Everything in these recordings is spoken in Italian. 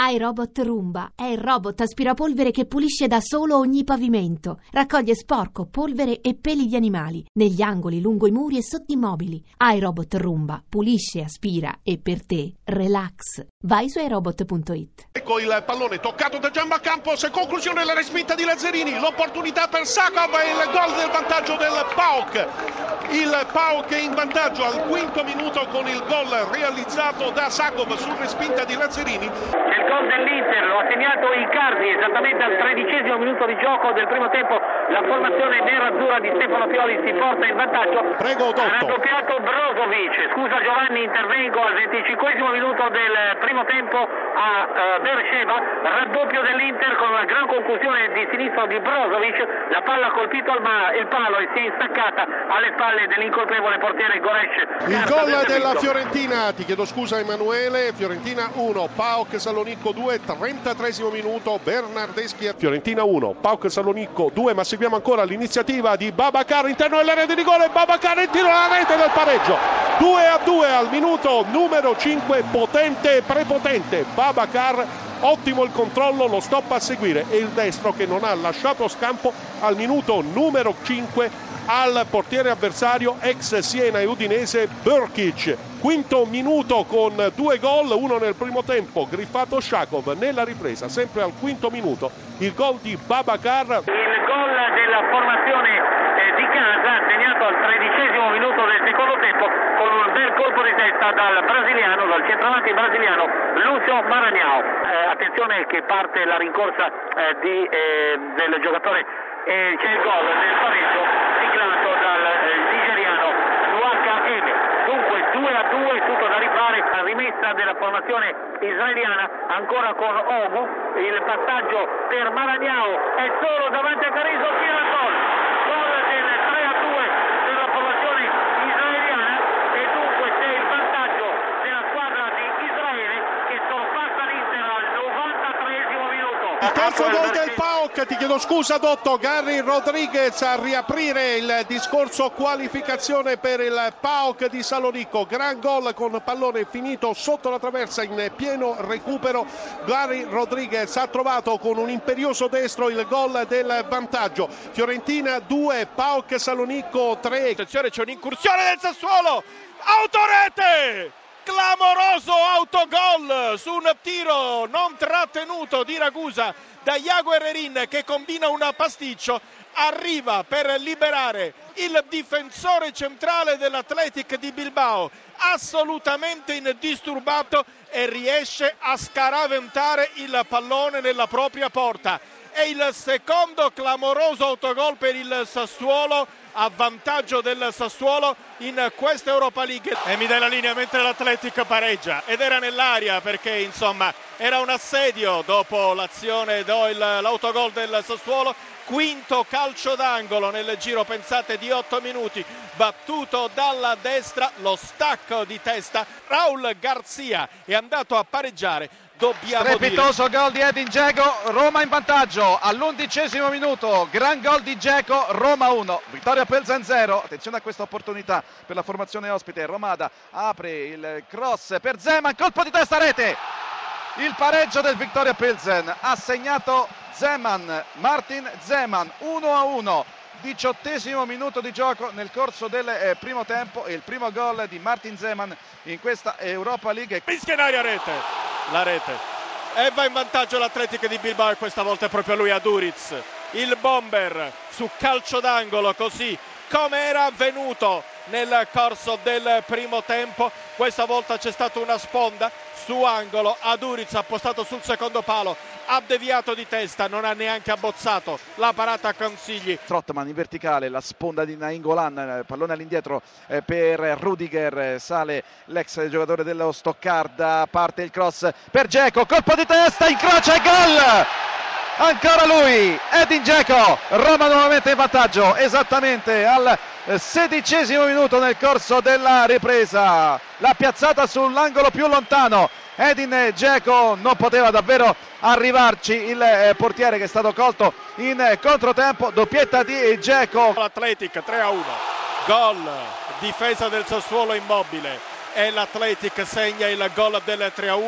iRobot Roomba è il robot aspirapolvere che pulisce da solo ogni pavimento. Raccoglie sporco, polvere e peli di animali negli angoli, lungo i muri e sotto i mobili. iRobot Roomba pulisce, aspira e per te relax. Vai su iRobot.it. Ecco il pallone toccato da Gianma Campos, conclusione della respinta di Lazzarini, l'opportunità per Sakov e il gol del vantaggio del PAOK. Il PAOK è in vantaggio al quinto minuto con il gol realizzato da Sakov su respinta di Lazzarini. Il gol dell'Inter lo ha segnato Icardi esattamente al 13° minuto di gioco del primo tempo. La formazione nerazzurra di Stefano Pioli si porta in vantaggio. Prego, Dotto. Ha raddoppiato Brozovic. Scusa Giovanni, intervengo al 25° minuto del primo tempo a Beersheba. Raddoppio dell'Inter con una gran conclusione di sinistro di Brozovic. La palla ha colpito il palo e si è instaccata alle spalle dell'incolpevole portiere Goresh. Il gol della Fiorentina, ti chiedo scusa Emanuele, Fiorentina 1, PAOK Salonicco 2, 33° minuto, Bernardeschi. Fiorentina 1, PAOK Salonicco 2, ma seguiamo ancora l'iniziativa di Babacar interno dell'area di rigore, Babacar in tiro alla rete del pareggio. 2-2 al minuto numero 5, potente e prepotente Babacar, ottimo il controllo, lo stop a seguire e il destro che non ha lasciato scampo al minuto numero 5 al portiere avversario ex Siena e Udinese Brkic. Quinto minuto con 2 gol, uno nel primo tempo griffato Shakov, nella ripresa sempre al quinto minuto il gol di Babacar. Il gol della formazione di casa segnato al 13° minuto del secondo tempo con un bel colpo di testa dal centravanti brasiliano Lucio Maranhão. Attenzione che parte la rincorsa del giocatore e c'è il gol del pareggio siglato dal nigeriano Nwaka Eme. Dunque 2-2, tutto da rifare. La rimessa della formazione israeliana ancora con Ogu, il passaggio per Maranhão è solo davanti a Carrizo, tira il gol. Gol del 3-2 della formazione israeliana e dunque c'è il vantaggio della squadra di Israele che sorpassa l'Inter al 93° minuto. Il terzo gol del PAOK, ti chiedo scusa Dotto, Gary Rodriguez a riaprire il discorso qualificazione per il PAOK di Salonicco. Gran gol con pallone finito sotto la traversa in pieno recupero. Gary Rodriguez ha trovato con un imperioso destro il gol del vantaggio. Fiorentina 2, PAOK Salonicco 3. Attenzione, c'è un'incursione del Sassuolo, autorete! Clamoroso autogol su un tiro non trattenuto di Ragusa da Iago Herrerin che combina un pasticcio, arriva per liberare il difensore centrale dell'Athletic di Bilbao assolutamente indisturbato e riesce a scaraventare il pallone nella propria porta. È il secondo clamoroso autogol per il Sassuolo, a vantaggio del Sassuolo in questa Europa League. E mi dà la linea mentre l'Athletic pareggia ed era nell'aria perché insomma era un assedio dopo l'azione l'autogol del Sassuolo. Quinto calcio d'angolo nel giro, pensate, di 8 minuti, battuto dalla destra, lo stacco di testa. Raul Garcia è andato a pareggiare. Strepitoso gol di Edin Dzeko, Roma in vantaggio all'11° minuto, gran gol di Dzeko, Roma 1, Viktoria Pilsen 0. Attenzione a questa opportunità per la formazione ospite. Romada apre il cross per Zeman, colpo di testa, rete. Il pareggio del Viktoria Pilsen ha segnato Martin Zeman, 1-1. 18° minuto di gioco nel corso del primo tempo e il primo gol di Martin Zeman in questa Europa League. Fischia in aria, la rete e va in vantaggio l'Athletic di Bilbao e questa volta è proprio lui, Aduriz, il bomber, su calcio d'angolo, così come era avvenuto nel corso del primo tempo. Questa volta c'è stata una sponda su angolo, Aduriz ha postato sul secondo palo, ha deviato di testa, non ha neanche abbozzato la parata a Consigli. Trottmann in verticale, la sponda di Nainggolan, pallone all'indietro per Rudiger, sale l'ex giocatore dello Stoccarda, parte il cross per Dzeko, colpo di testa, incrocia e gol! Ancora lui, Edin Dzeko, Roma nuovamente in vantaggio, esattamente al 16° minuto nel corso della ripresa. La piazzata sull'angolo più lontano, Edin Dzeko non poteva davvero arrivarci, il portiere che è stato colto in controtempo, doppietta di Dzeko. L'Athletic 3-1, gol, difesa del Sassuolo immobile e l'Athletic segna il gol del 3-1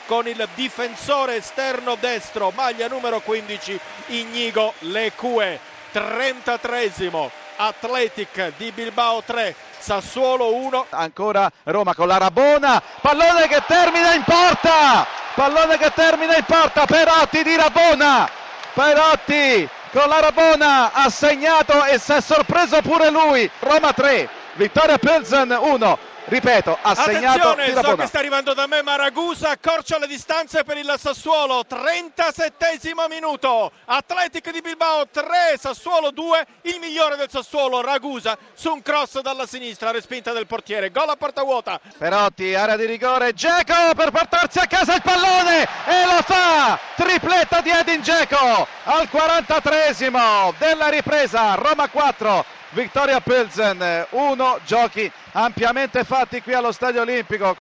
con il difensore esterno destro, maglia numero 15, Íñigo Leque. 33esimo, Athletic di Bilbao 3, Sassuolo 1. Ancora Roma con la Rabona, pallone che termina in porta, Perotti di Rabona, Perotti con la Rabona ha segnato e si è sorpreso pure lui. Roma 3, Viktoria Plzen 1. Ripeto, ha segnato di Rabona. So che sta arrivando da me, ma Ragusa accorcia le distanze per il Sassuolo. 37esimo minuto, Athletic di Bilbao 3, Sassuolo 2. Il migliore del Sassuolo, Ragusa, su un cross dalla sinistra, respinta del portiere. Gol a porta vuota. Perotti, area di rigore, Dzeko per portarsi a casa il pallone e lo fa! Tripletta di Edin Dzeko al 43esimo della ripresa. Roma 4, Viktoria Plzen 1, giochi ampiamente fatti qui allo Stadio Olimpico.